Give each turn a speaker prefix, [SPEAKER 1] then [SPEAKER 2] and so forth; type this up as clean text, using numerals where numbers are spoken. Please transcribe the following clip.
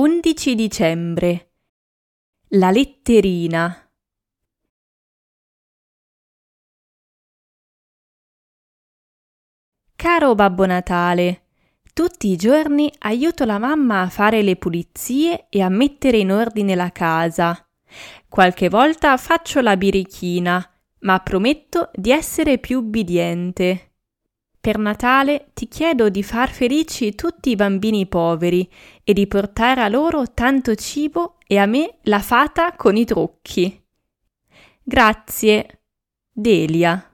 [SPEAKER 1] 11 dicembre. La letterina. Caro Babbo Natale, tutti i giorni aiuto la mamma a fare le pulizie e a mettere in ordine la casa. Qualche volta faccio la birichina, ma prometto di essere più ubbidiente. Per Natale ti chiedo di far felici tutti i bambini poveri e di portare a loro tanto cibo e a me la fata con i trucchi. Grazie, Delia.